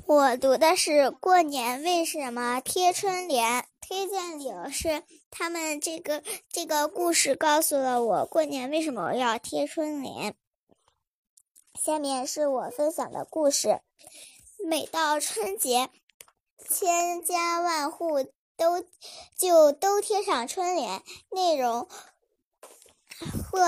我读的是过年为什么贴春联，推荐理由是他们这个故事告诉了我过年为什么要贴春联。下面是我分享的故事。每到春节，千家万户都贴上春联，内容或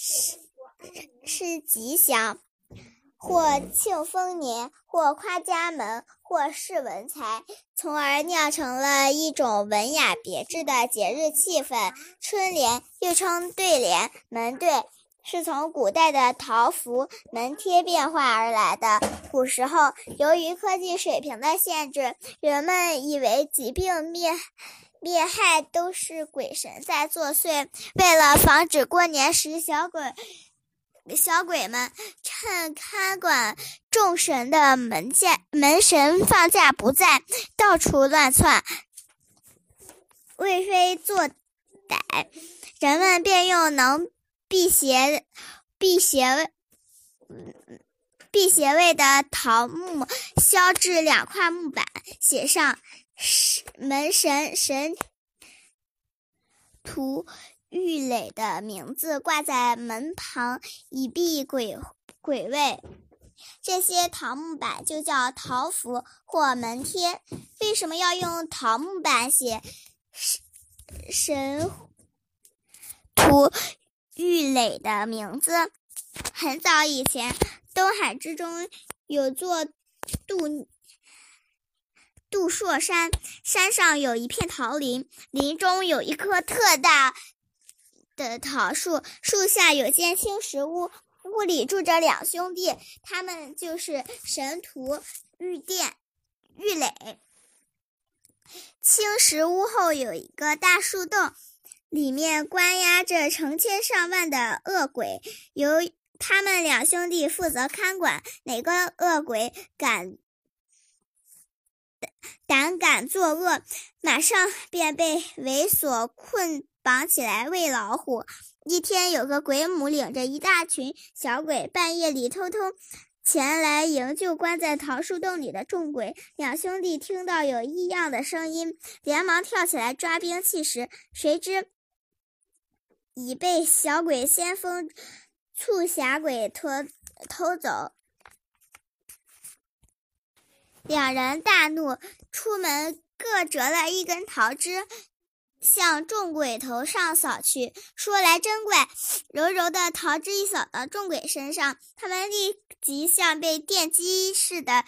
是吉祥，或庆丰年，或夸家门，或是文财，从而酿成了一种文雅别致的节日气氛。春联又称对联、门对，是从古代的桃符、门贴变化而来的。古时候，由于科技水平的限制，人们以为疾病灭害都是鬼神在作祟。为了防止过年时小鬼们趁看管众神的门神放假不在，到处乱窜，为非作歹，人们便用能辟邪位的桃木削制2块木板，写上门神图玉垒的名字，挂在门旁，以避鬼位。这些桃木板就叫桃符或门贴。为什么要用桃木板写神图玉垒的名字？很早以前，东海之中有座杜朔山，山上有一片桃林，林中有一棵特大的桃树，树下有间青石屋，屋里住着2兄弟，他们就是神图玉垒。青石屋后有一个大树洞，里面关押着成千上万的恶鬼，由他们2兄弟负责看管，哪个恶鬼胆敢作恶，马上便被猥琐捆绑起来喂老虎。一天，有个鬼母领着一大群小鬼，半夜里偷偷前来营救关在桃树洞里的众鬼。2兄弟听到有异样的声音，连忙跳起来抓兵器时，谁知已被小鬼先锋促狭鬼偷走。2人大怒，出门各折了1根桃枝，向众鬼头上扫去。说来真怪，柔柔的桃枝一扫到众鬼身上，他们立即像被电击似的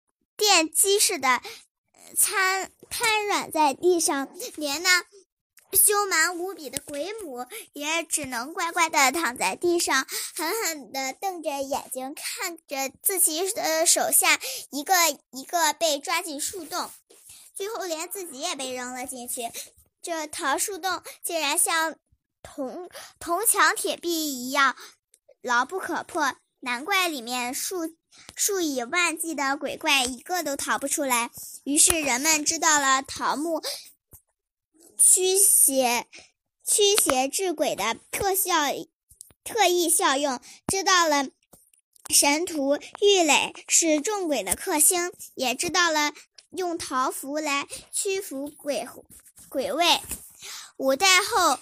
瘫软在地上，连那凶蛮无比的鬼母也只能乖乖地躺在地上，狠狠地瞪着眼睛看着自己的手下一个一个被抓进树洞，最后连自己也被扔了进去。这桃树洞竟然像铜墙铁壁一样牢不可破，难怪里面数以万计的鬼怪一个都逃不出来。于是人们知道了桃木驱邪治鬼的特异效用，知道了神图玉垒是众鬼的克星，也知道了用桃符来驱服鬼位。5代后，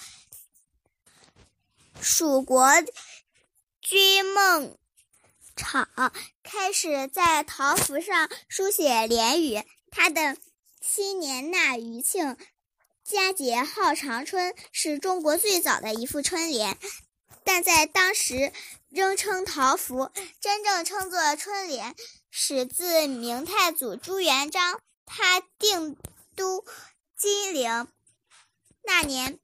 蜀国君孟昶开始在桃符上书写联语，他的新年纳余庆佳节号长春是中国最早的一副春联，但在当时仍称桃符，真正称作春联始自明太祖朱元璋，他定都金陵那年，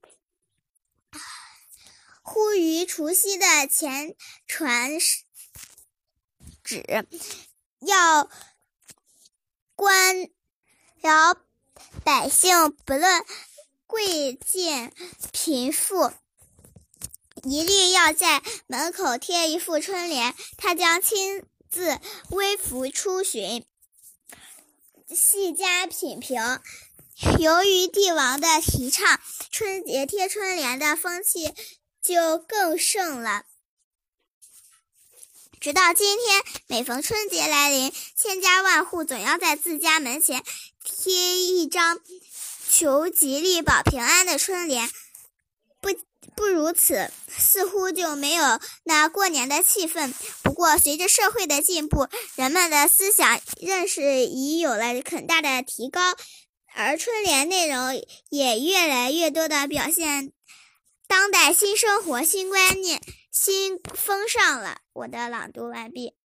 呼于除夕的前传旨，要官僚百姓不论贵贱贫富，一律要在门口贴一副春联，他将亲自微服出巡，细加品评。由于帝王的提倡，春节贴春联的风气就更盛了。 直到今天，每逢春节来临，千家万户总要在自家门前贴一张求吉利保平安的春联。不如此，似乎就没有那过年的气氛。不过随着社会的进步，人们的思想认识已有了很大的提高，而春联内容也越来越多地表现当代新生活、新观念、新风尚了。我的朗读完毕。